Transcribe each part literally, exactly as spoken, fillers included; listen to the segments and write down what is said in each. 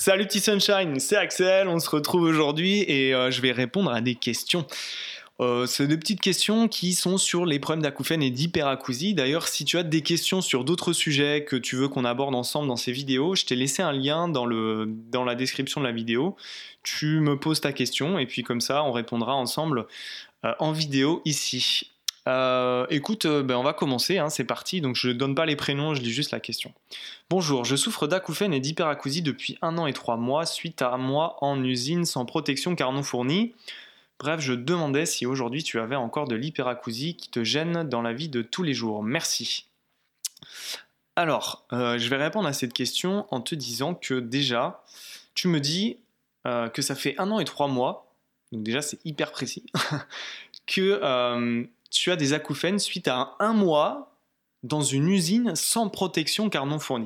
Salut petit Sunshine, c'est Axel, on se retrouve aujourd'hui et euh, je vais répondre à des questions. Euh, c'est des petites questions qui sont sur les problèmes d'acouphènes et d'hyperacousie. D'ailleurs, si tu as des questions sur d'autres sujets que tu veux qu'on aborde ensemble dans ces vidéos, je t'ai laissé un lien dans, le, dans la description de la vidéo. Tu me poses ta question et puis comme ça, on répondra ensemble euh, en vidéo ici. Euh, écoute, euh, ben on va commencer, hein, c'est parti. Donc je ne donne pas les prénoms, je lis juste la question. Bonjour, je souffre d'acouphènes et d'hyperacousie depuis un an et trois mois suite à un mois en usine sans protection car non fournie. Bref, je demandais si aujourd'hui tu avais encore de l'hyperacousie qui te gêne dans la vie de tous les jours. Merci. Alors, euh, je vais répondre à cette question en te disant que déjà, tu me dis euh, que ça fait un an et trois mois, donc déjà c'est hyper précis, que euh, tu as des acouphènes suite à un, un mois dans une usine sans protection car non fournie.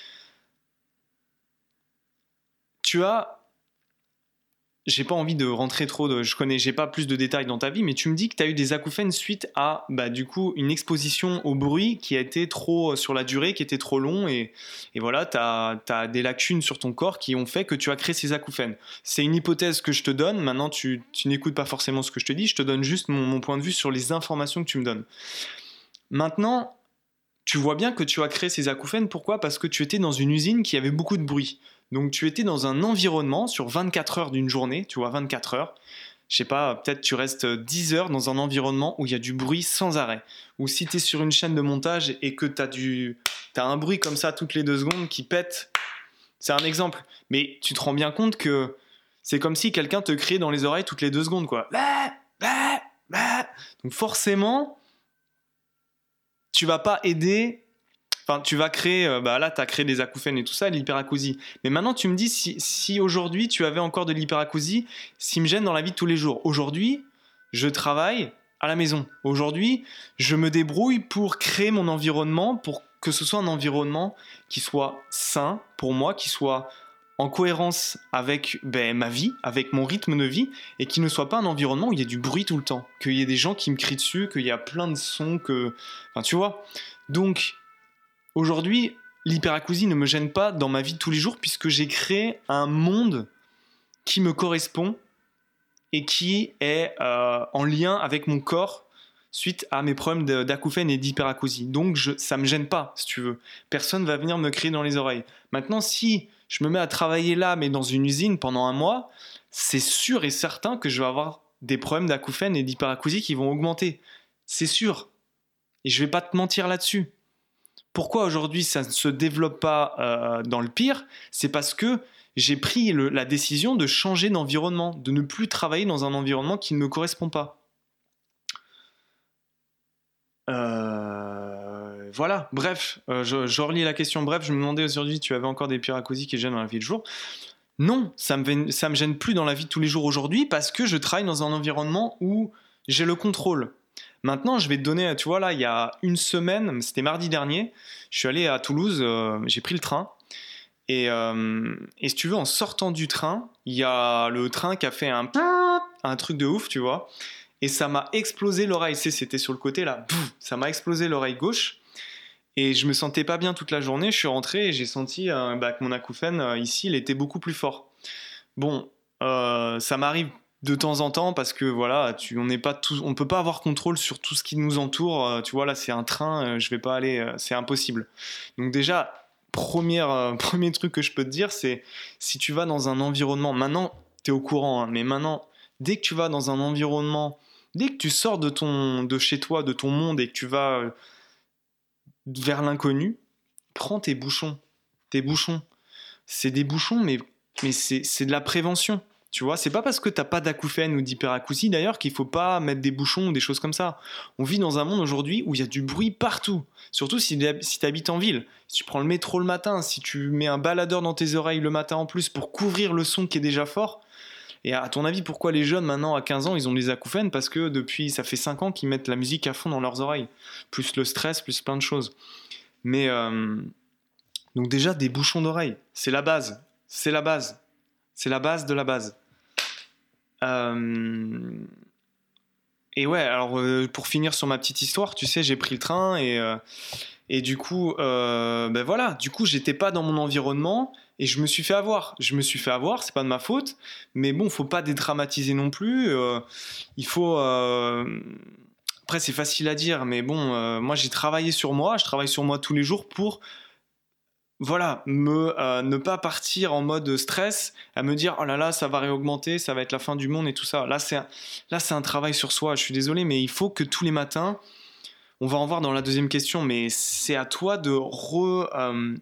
Tu as... J'ai pas envie de rentrer trop, de, je connais, j'ai pas plus de détails dans ta vie, mais tu me dis que tu as eu des acouphènes suite à, bah, du coup, une exposition au bruit qui a été trop, sur la durée, qui était trop long, et, et voilà, tu as des lacunes sur ton corps qui ont fait que tu as créé ces acouphènes. C'est une hypothèse que je te donne, maintenant tu, tu n'écoutes pas forcément ce que je te dis, je te donne juste mon, mon point de vue sur les informations que tu me donnes. Maintenant, tu vois bien que tu as créé ces acouphènes, pourquoi ? Parce que tu étais dans une usine qui avait beaucoup de bruit. Donc tu étais dans un environnement sur vingt-quatre heures d'une journée, tu vois, vingt-quatre heures. Je sais pas, peut-être tu restes dix heures dans un environnement où il y a du bruit sans arrêt. Ou si tu es sur une chaîne de montage et que tu as du... t'as un bruit comme ça toutes les deux secondes qui pète, c'est un exemple. Mais tu te rends bien compte que c'est comme si quelqu'un te criait dans les oreilles toutes les deux secondes, quoi. Donc forcément, tu vas pas aider... Enfin, tu vas créer, euh, bah là, tu as créé des acouphènes et tout ça, l'hyperacousie. Mais maintenant, tu me dis si, si aujourd'hui tu avais encore de l'hyperacousie, ce qui me gêne dans la vie de tous les jours. Aujourd'hui, je travaille à la maison. Aujourd'hui, je me débrouille pour créer mon environnement, pour que ce soit un environnement qui soit sain pour moi, qui soit en cohérence avec ben, ma vie, avec mon rythme de vie, et qui ne soit pas un environnement où il y a du bruit tout le temps, qu'il y ait des gens qui me crient dessus, qu'il y a plein de sons, que... Enfin, tu vois. Donc... Aujourd'hui, l'hyperacousie ne me gêne pas dans ma vie de tous les jours puisque j'ai créé un monde qui me correspond et qui est euh, en lien avec mon corps suite à mes problèmes d'acouphènes et d'hyperacousie. Donc je, ça ne me gêne pas, si tu veux. Personne ne va venir me crier dans les oreilles. Maintenant, si je me mets à travailler là, mais dans une usine pendant un mois, c'est sûr et certain que je vais avoir des problèmes d'acouphènes et d'hyperacousie qui vont augmenter. C'est sûr. Et je ne vais pas te mentir là-dessus. Pourquoi aujourd'hui ça ne se développe pas euh, dans le pire ? C'est parce que j'ai pris le, la décision de changer d'environnement, de ne plus travailler dans un environnement qui ne me correspond pas. Euh, voilà, bref, euh, je, je relis la question. Bref, je me demandais aujourd'hui si tu avais encore des hyperacousies qui gênent dans la vie de jour. Non, ça me, ça me gêne plus dans la vie de tous les jours aujourd'hui parce que je travaille dans un environnement où j'ai le contrôle. Maintenant, je vais te donner, tu vois, là, il y a une semaine, c'était mardi dernier, je suis allé à Toulouse, euh, j'ai pris le train. Et, euh, et si tu veux, en sortant du train, il y a le train qui a fait un, un truc de ouf, tu vois. Et ça m'a explosé l'oreille, c'est, c'était sur le côté, là. Ça m'a explosé l'oreille gauche. Et je me sentais pas bien toute la journée. Je suis rentré et j'ai senti euh, bah, que mon acouphène, euh, ici, il était beaucoup plus fort. Bon, euh, ça m'arrive de temps en temps parce que voilà, tu, on n'est pas tout, on peut pas avoir contrôle sur tout ce qui nous entoure. Euh, tu vois là, c'est un train, euh, je vais pas aller, euh, c'est impossible. Donc déjà, première, euh, premier truc que je peux te dire, c'est si tu vas dans un environnement, maintenant t'es au courant, hein, mais maintenant, dès que tu vas dans un environnement, dès que tu sors de ton, de chez toi, de ton monde et que tu vas euh, vers l'inconnu, prends tes bouchons, tes bouchons. C'est des bouchons, mais mais c'est, c'est de la prévention. Tu vois, c'est pas parce que t'as pas d'acouphènes ou d'hyperacousie d'ailleurs qu'il faut pas mettre des bouchons ou des choses comme ça. On vit dans un monde aujourd'hui où il y a du bruit partout. Surtout si, si tu habites en ville. Si tu prends le métro le matin, si tu mets un baladeur dans tes oreilles le matin en plus pour couvrir le son qui est déjà fort. Et à ton avis, pourquoi les jeunes maintenant à quinze ans ils ont des acouphènes ? Parce que depuis, ça fait cinq ans qu'ils mettent la musique à fond dans leurs oreilles. Plus le stress, plus plein de choses. Mais euh, donc déjà des bouchons d'oreilles, c'est la base. C'est la base. C'est la base de la base. Euh... Et ouais, alors euh, pour finir sur ma petite histoire, tu sais, j'ai pris le train et, euh, et du coup, euh, ben voilà, du coup, j'étais pas dans mon environnement, Et je me suis fait avoir. Je me suis fait avoir, c'est pas de ma faute. Mais bon, faut pas dédramatiser non plus. Euh, il faut. euh, Après, c'est facile à dire, mais bon, euh, moi j'ai travaillé sur moi. Je travaille sur moi tous les jours pour voilà, me, euh, ne pas partir en mode stress, à me dire oh là là, ça va réaugmenter, ça va être la fin du monde et tout ça. Là, c'est un, là, c'est un travail sur soi. Je suis désolé, mais il faut que tous les matins, on va en voir dans la deuxième question, mais c'est à toi de re, euh,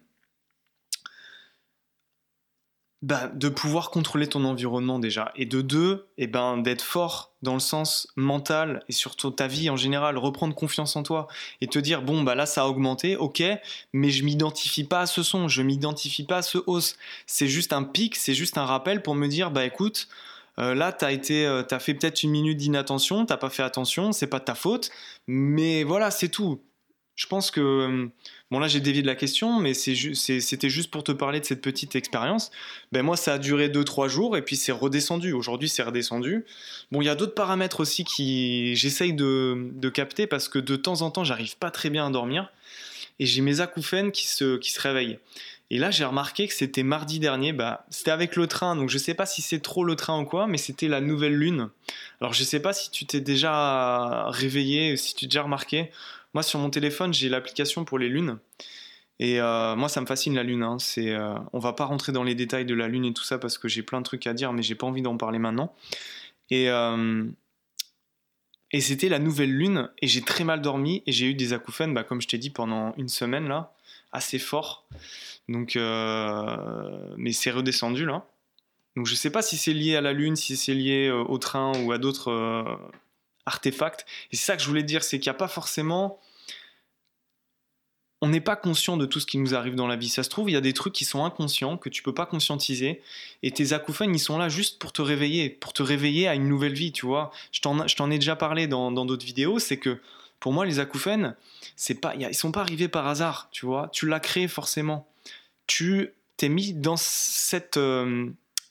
bah, de pouvoir contrôler ton environnement déjà. Et de deux, eh ben, d'être fort dans le sens mental et surtout ta vie en général, reprendre confiance en toi et te dire bon bah là ça a augmenté, ok, mais je m'identifie pas à ce son, je m'identifie pas à ce hausse. C'est juste un pic, c'est juste un rappel pour me dire bah écoute, euh, là t'as été, euh, t'as fait peut-être une minute d'inattention, t'as pas fait attention, c'est pas de ta faute, mais voilà c'est tout. Je pense que euh, bon là j'ai dévié de la question, mais c'est ju- c'est- c'était juste pour te parler de cette petite expérience. Ben moi ça a duré deux trois jours et puis c'est redescendu. Aujourd'hui c'est redescendu. Bon il y a d'autres paramètres aussi qui j'essaye de, de capter parce que de temps en temps j'arrive pas très bien à dormir et j'ai mes acouphènes qui se, qui se réveillent. Et là j'ai remarqué que c'était mardi dernier, bah, c'était avec le train, donc je sais pas si c'est trop le train ou quoi, mais c'était la nouvelle lune. Alors je sais pas si tu t'es déjà réveillé, si tu t'es déjà remarqué. Moi, sur mon téléphone, j'ai l'application pour les lunes. Et euh, moi, ça me fascine la lune. Hein. C'est, euh, on va pas rentrer dans les détails de la lune et tout ça parce que j'ai plein de trucs à dire, mais j'ai pas envie d'en parler maintenant. Et, euh, et c'était la nouvelle lune et j'ai très mal dormi et j'ai eu des acouphènes, bah, comme je t'ai dit, pendant une semaine là, assez fort. Donc, euh, mais c'est redescendu là. Donc je sais pas si c'est lié à la lune, si c'est lié euh, au train ou à d'autres euh, artefacts. Et c'est ça que je voulais dire, c'est qu'il n'y a pas forcément on n'est pas conscient de tout ce qui nous arrive dans la vie. Ça se trouve, il y a des trucs qui sont inconscients, que tu peux pas conscientiser, et tes acouphènes, ils sont là juste pour te réveiller, pour te réveiller à une nouvelle vie, tu vois. Je t'en, je t'en ai déjà parlé dans, dans d'autres vidéos, c'est que pour moi, les acouphènes, c'est pas, y a- ils sont pas arrivés par hasard, tu vois. Tu l'as créé forcément. Tu t'es mis dans cette... euh,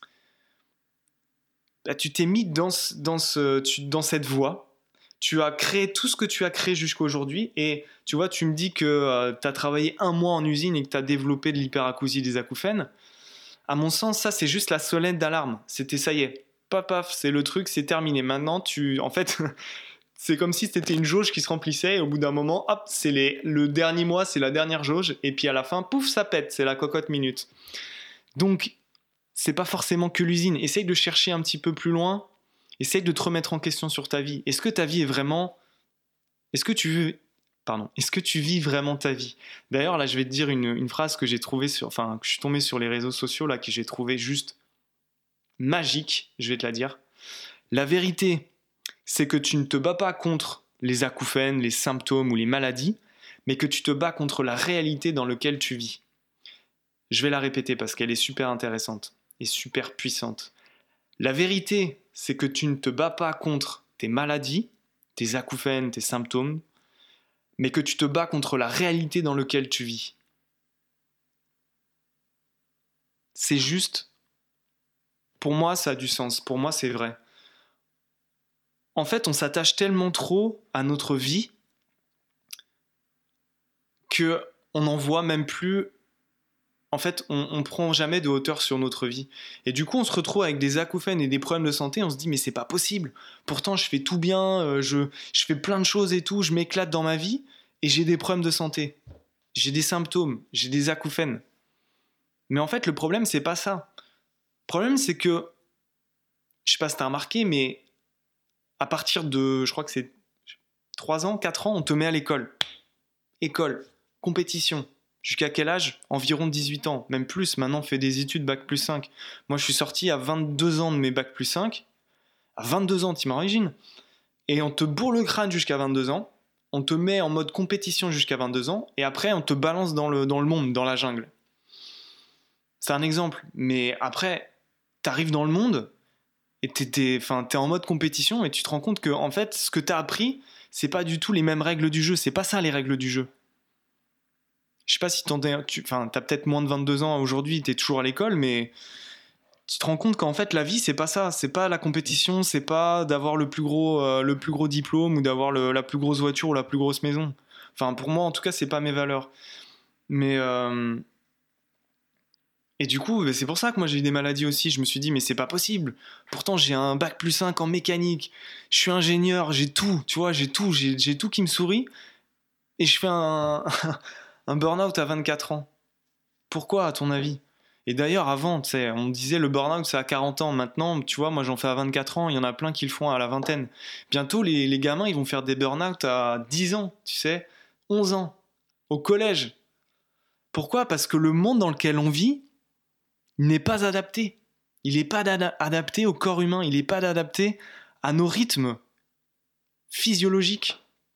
bah, tu t'es mis dans, ce- dans, ce, tu- dans cette voie. Tu as créé tout ce que tu as créé jusqu'à aujourd'hui et tu vois, tu me dis que tu as travaillé un mois en usine et que tu as développé de l'hyperacousie des acouphènes. À mon sens, ça, c'est juste la sonnette d'alarme. C'était ça y est. Paf, paf, c'est le truc, c'est terminé. Maintenant, tu. En fait, c'est comme si c'était une jauge qui se remplissait et au bout d'un moment, hop, c'est les... le dernier mois, c'est la dernière jauge et puis à la fin, pouf, ça pète. C'est la cocotte minute. Donc, c'est pas forcément que l'usine. Essaye de chercher un petit peu plus loin. Essaye de te remettre en question sur ta vie. Est-ce que ta vie est vraiment... Est-ce que tu veux... Pardon. Est-ce que tu vis vraiment ta vie? D'ailleurs, là, je vais te dire une, une phrase que j'ai trouvée sur... Enfin, que je suis tombé sur les réseaux sociaux, là, que j'ai trouvé juste magique. Je vais te la dire. La vérité, c'est que tu ne te bats pas contre les acouphènes, les symptômes ou les maladies, mais que tu te bats contre la réalité dans laquelle tu vis. Je vais la répéter parce qu'elle est super intéressante et super puissante. La vérité, c'est que tu ne te bats pas contre tes maladies, tes acouphènes, tes symptômes, mais que tu te bats contre la réalité dans laquelle tu vis. C'est juste, pour moi, ça a du sens, pour moi, c'est vrai. En fait, on s'attache tellement trop à notre vie que on n'en voit même plus. En fait, on, on prend jamais de hauteur sur notre vie. Et du coup, on se retrouve avec des acouphènes et des problèmes de santé. On se dit, mais c'est pas possible. Pourtant, je fais tout bien, euh, je, je fais plein de choses et tout, je m'éclate dans ma vie, et j'ai des problèmes de santé. J'ai des symptômes, j'ai des acouphènes. Mais en fait, le problème, c'est pas ça. Le problème, c'est que, je sais pas si t'as remarqué, mais à partir de, je crois que c'est trois ans, quatre ans, on te met à l'école. École, compétition. Jusqu'à quel âge? Environ dix-huit ans, même plus. Maintenant, on fait des études bac plus cinq. Moi, je suis sorti à vingt-deux ans de mes bac plus cinq. À vingt-deux ans, t'imagines? Et on te bourre le crâne jusqu'à vingt-deux ans. On te met en mode compétition jusqu'à vingt-deux ans. Et après, on te balance dans le, dans le monde, dans la jungle. C'est un exemple. Mais après, t'arrives dans le monde et t'es, t'es, enfin, t'es en mode compétition et tu te rends compte que, en fait, ce que t'as appris, c'est pas du tout les mêmes règles du jeu. C'est pas ça les règles du jeu. Je sais pas si t'en es, tu, enfin, t'as peut-être moins de vingt-deux ans aujourd'hui, t'es toujours à l'école, mais tu te rends compte qu'en fait la vie c'est pas ça, c'est pas la compétition, c'est pas d'avoir le plus gros, euh, le plus gros diplôme ou d'avoir le- la plus grosse voiture ou la plus grosse maison. Enfin pour moi en tout cas c'est pas mes valeurs. Mais euh, Et du coup, c'est pour ça que moi j'ai eu des maladies aussi. Je me suis dit, mais c'est pas possible. Pourtant, j'ai un bac plus cinq en mécanique. Je suis ingénieur, j'ai tout. Tu vois, j'ai tout. J'ai, j'ai tout qui me sourit. Et je fais un, un burn-out à vingt-quatre ans. Pourquoi, à ton avis? Et d'ailleurs, avant, tu sais, on me disait le burn-out c'est à quarante ans. Maintenant, tu vois, moi j'en fais à vingt-quatre ans. Il y en a plein qui le font à la vingtaine. Bientôt, les, les gamins, ils vont faire des burn-out à dix ans, tu sais, onze ans, au collège. Pourquoi? Parce que le monde dans lequel on vit n'est pas adapté. Il n'est pas adapté au corps humain. Il n'est pas adapté à nos rythmes physiologiques.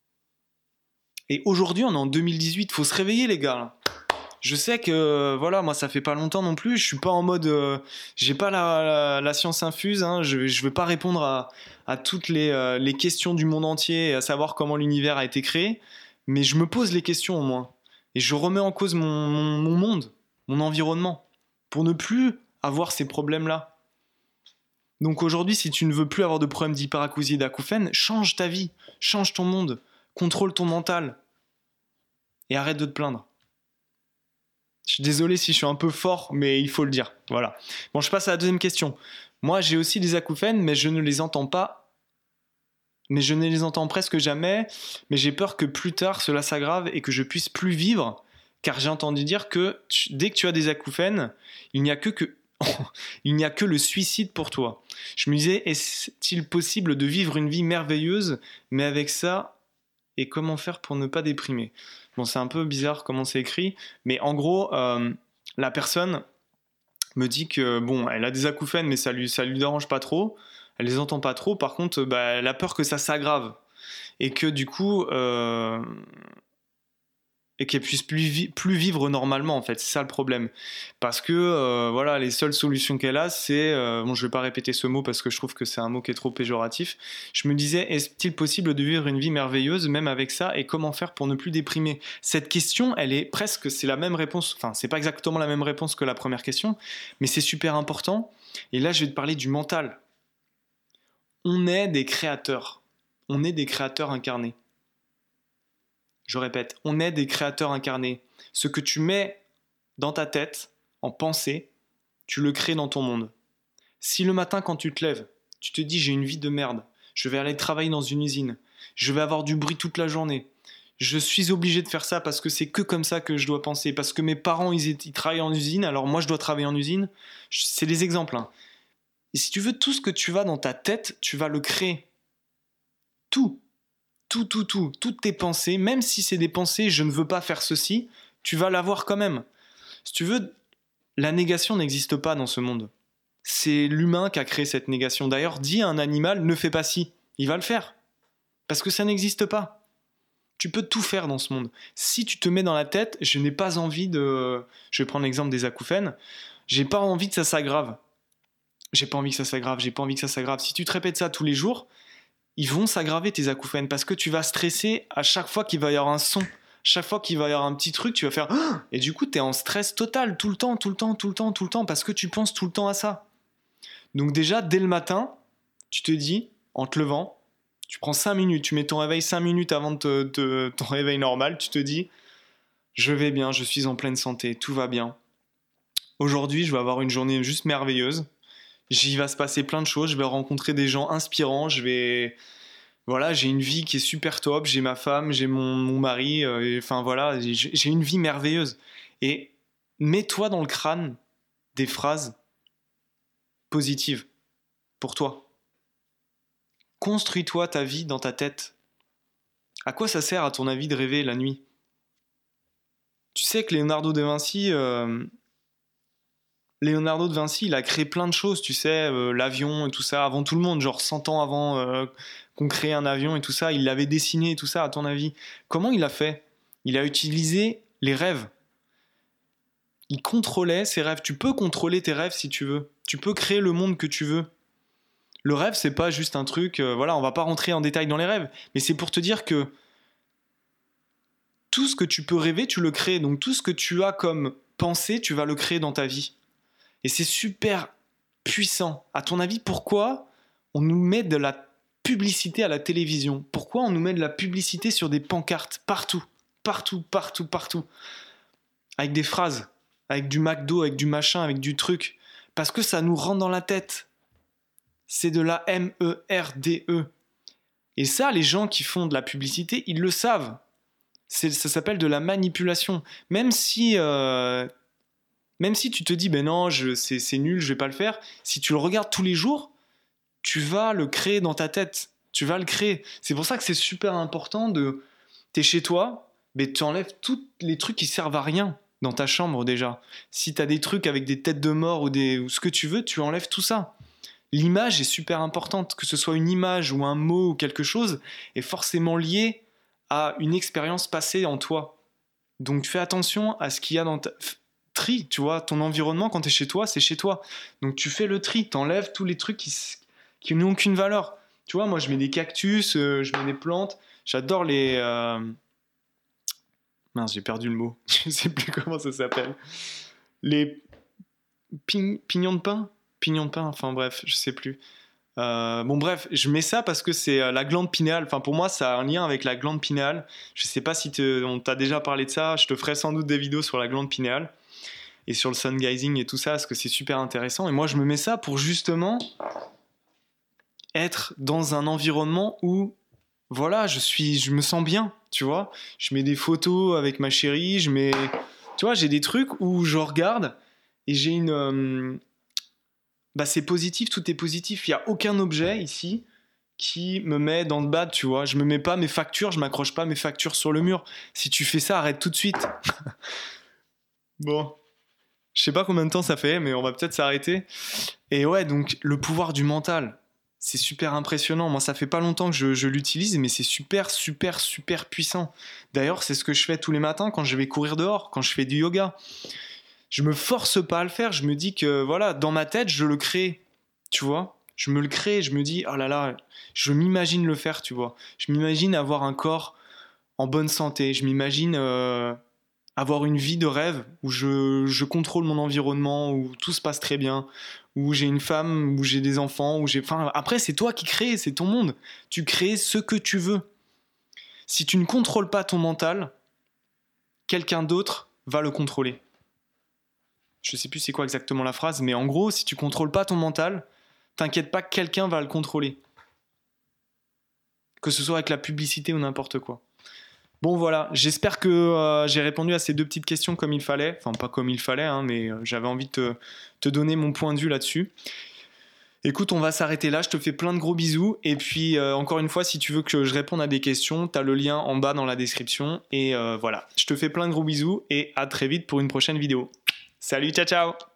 Et aujourd'hui, on est en deux mille dix-huit. Il faut se réveiller, les gars. Là. Je sais que, voilà, moi, ça fait pas longtemps non plus. Je suis pas en mode... Euh, j'ai pas la, la, la science infuse. Hein. Je, je veux pas répondre à, à toutes les, euh, les questions du monde entier, à savoir comment l'univers a été créé. Mais je me pose les questions, au moins. Et je remets en cause mon, mon, mon monde, mon environnement, pour ne plus avoir ces problèmes-là. Donc aujourd'hui, si tu ne veux plus avoir de problèmes d'hyperacousie et d'acouphènes, change ta vie, change ton monde, contrôle ton mental, et arrête de te plaindre. Je suis désolé si je suis un peu fort, mais il faut le dire. Voilà. Bon, je passe à la deuxième question. Moi, j'ai aussi des acouphènes, mais je ne les entends pas. Mais je ne les entends presque jamais. Mais j'ai peur que plus tard, cela s'aggrave et que je puisse plus vivre. Car j'ai entendu dire que tu, dès que tu as des acouphènes, il n'y a que, que il n'y a que le suicide pour toi. Je me disais, est-il possible de vivre une vie merveilleuse, mais avec ça, et comment faire pour ne pas déprimer? Bon, c'est un peu bizarre comment c'est écrit, mais en gros, euh, la personne me dit que, bon, elle a des acouphènes, mais ça lui, ça lui dérange pas trop, elle les entend pas trop, par contre, bah, elle a peur que ça s'aggrave, et que du coup... Euh, et qu'elle puisse plus, vi- plus vivre normalement en fait, c'est ça le problème, parce que euh, voilà, les seules solutions qu'elle a c'est, euh, bon je vais pas répéter ce mot parce que je trouve que c'est un mot qui est trop péjoratif, je me disais est-il possible de vivre une vie merveilleuse même avec ça, et comment faire pour ne plus déprimer? Cette question elle est presque, c'est la même réponse, enfin c'est pas exactement la même réponse que la première question, mais c'est super important, et là je vais te parler du mental. On est des créateurs, on est des créateurs incarnés. Je répète, on est des créateurs incarnés. Ce que tu mets dans ta tête, en pensée, tu le crées dans ton monde. Si le matin, quand tu te lèves, tu te dis j'ai une vie de merde, je vais aller travailler dans une usine, je vais avoir du bruit toute la journée, je suis obligé de faire ça parce que c'est que comme ça que je dois penser, parce que mes parents ils, ils travaillent en usine, alors moi je dois travailler en usine, c'est des exemples. Hein. Et si tu veux, tout ce que tu vas dans ta tête, tu vas le créer. Tout. Tout, tout, tout, toutes tes pensées, même si c'est des pensées, je ne veux pas faire ceci, tu vas l'avoir quand même. Si tu veux, la négation n'existe pas dans ce monde. C'est l'humain qui a créé cette négation. D'ailleurs, dis à un animal, ne fais pas ci, il va le faire. Parce que ça n'existe pas. Tu peux tout faire dans ce monde. Si tu te mets dans la tête, je n'ai pas envie de... Je vais prendre l'exemple des acouphènes. J'ai pas envie que ça s'aggrave. J'ai pas envie que ça s'aggrave, j'ai pas envie que ça s'aggrave. Si tu te répètes ça tous les jours, ils vont s'aggraver tes acouphènes parce que tu vas stresser à chaque fois qu'il va y avoir un son, chaque fois qu'il va y avoir un petit truc, tu vas faire ah et du coup tu es en stress total tout le temps, tout le temps, tout le temps, tout le temps parce que tu penses tout le temps à ça. Donc déjà dès le matin, tu te dis en te levant, tu prends cinq minutes, tu mets ton réveil cinq minutes avant de te, te, ton réveil normal, tu te dis je vais bien, je suis en pleine santé, tout va bien. Aujourd'hui, je vais avoir une journée juste merveilleuse. J'y va se passer plein de choses, je vais rencontrer des gens inspirants, je vais... Voilà, j'ai une vie qui est super top, j'ai ma femme, j'ai mon, mon mari, euh, et, enfin voilà, j'ai, j'ai une vie merveilleuse. Et mets-toi dans le crâne des phrases positives pour toi. Construis-toi ta vie dans ta tête. À quoi ça sert à ton avis de rêver la nuit? Tu sais que Leonardo da Vinci... Euh, Leonardo da Vinci, il a créé plein de choses, tu sais, euh, l'avion et tout ça, avant tout le monde, genre cent ans avant euh, qu'on crée un avion et tout ça, il l'avait dessiné et tout ça, à ton avis. Comment il a fait? Il a utilisé les rêves. Il contrôlait ses rêves. Tu peux contrôler tes rêves si tu veux. Tu peux créer le monde que tu veux. Le rêve, c'est pas juste un truc, euh, voilà, on va pas rentrer en détail dans les rêves, mais c'est pour te dire que tout ce que tu peux rêver, tu le crées. Donc tout ce que tu as comme pensée, tu vas le créer dans ta vie. Et c'est super puissant. À ton avis, pourquoi on nous met de la publicité à la télévision? Pourquoi on nous met de la publicité sur des pancartes partout, partout, partout, partout, avec des phrases? avec du McDo, avec du machin, avec du truc, parce que ça nous rentre dans la tête. C'est de la M E R D E. Et ça, les gens qui font de la publicité, ils le savent. C'est, ça s'appelle de la manipulation. Même si, euh, même si tu te dis, ben non, je, c'est, c'est nul, je vais pas le faire, si tu le regardes tous les jours, tu vas le créer dans ta tête. Tu vas le créer. C'est pour ça que c'est super important de... T'es chez toi, mais tu enlèves tous les trucs qui servent à rien dans ta chambre déjà. Si t'as des trucs avec des têtes de mort ou, des, ou ce que tu veux, tu enlèves tout ça. L'image est super importante, que ce soit une image ou un mot ou quelque chose, est forcément lié à une expérience passée en toi. Donc fais attention à ce qu'il y a dans ta... Tri, tu vois, ton environnement quand t'es chez toi, c'est chez toi. Donc tu fais le tri, t'enlèves tous les trucs qui, qui n'ont aucune valeur. Tu vois, moi je mets des cactus, euh, je mets des plantes, j'adore les... Euh... Mince, j'ai perdu le mot, je sais plus comment ça s'appelle. Les pig... pignons de pain Pignons de pain, enfin bref, je sais plus. Euh, bon bref, je mets ça parce que c'est euh, la glande pinéale. Enfin pour moi, ça a un lien avec la glande pinéale. Je sais pas si te, on t'a déjà parlé de ça. Je te ferai sans doute des vidéos sur la glande pinéale et sur le sun gazing et tout ça, parce que c'est super intéressant. Et moi, je me mets ça pour justement être dans un environnement où, voilà, je suis, je me sens bien. Tu vois, je mets des photos avec ma chérie. Je mets, tu vois, j'ai des trucs où je regarde et j'ai une euh, bah c'est positif, tout est positif. Il n'y a aucun objet ici qui me met dans le bad, tu vois. Je me mets pas mes factures, je m'accroche pas mes factures sur le mur. Si tu fais ça, arrête tout de suite. Bon, je sais pas combien de temps ça fait, mais on va peut-être s'arrêter. Et ouais, donc le pouvoir du mental, c'est super impressionnant. Moi, ça fait pas longtemps que je, je l'utilise, mais c'est super, super, super puissant. D'ailleurs, c'est ce que je fais tous les matins quand je vais courir dehors, quand je fais du yoga. Je me force pas à le faire, je me dis que voilà, dans ma tête, je le crée, tu vois. Je me le crée, je me dis, oh là là, je m'imagine le faire, tu vois. Je m'imagine avoir un corps en bonne santé, je m'imagine euh, avoir une vie de rêve où je, je contrôle mon environnement, où tout se passe très bien, où j'ai une femme, où j'ai des enfants, où j'ai... Enfin, après, c'est toi qui crées, c'est ton monde. Tu crées ce que tu veux. Si tu ne contrôles pas ton mental, quelqu'un d'autre va le contrôler. Je sais plus c'est quoi exactement la phrase, mais en gros, si tu contrôles pas ton mental, t'inquiète pas que quelqu'un va le contrôler. Que ce soit avec la publicité ou n'importe quoi. Bon voilà, j'espère que euh, j'ai répondu à ces deux petites questions comme il fallait. Enfin, pas comme il fallait, hein, mais euh, j'avais envie de te, te donner mon point de vue là-dessus. Écoute, on va s'arrêter là, je te fais plein de gros bisous. Et puis, euh, encore une fois, si tu veux que je réponde à des questions, t'as le lien en bas dans la description. Et euh, voilà, je te fais plein de gros bisous et à très vite pour une prochaine vidéo. Salut, ciao ciao!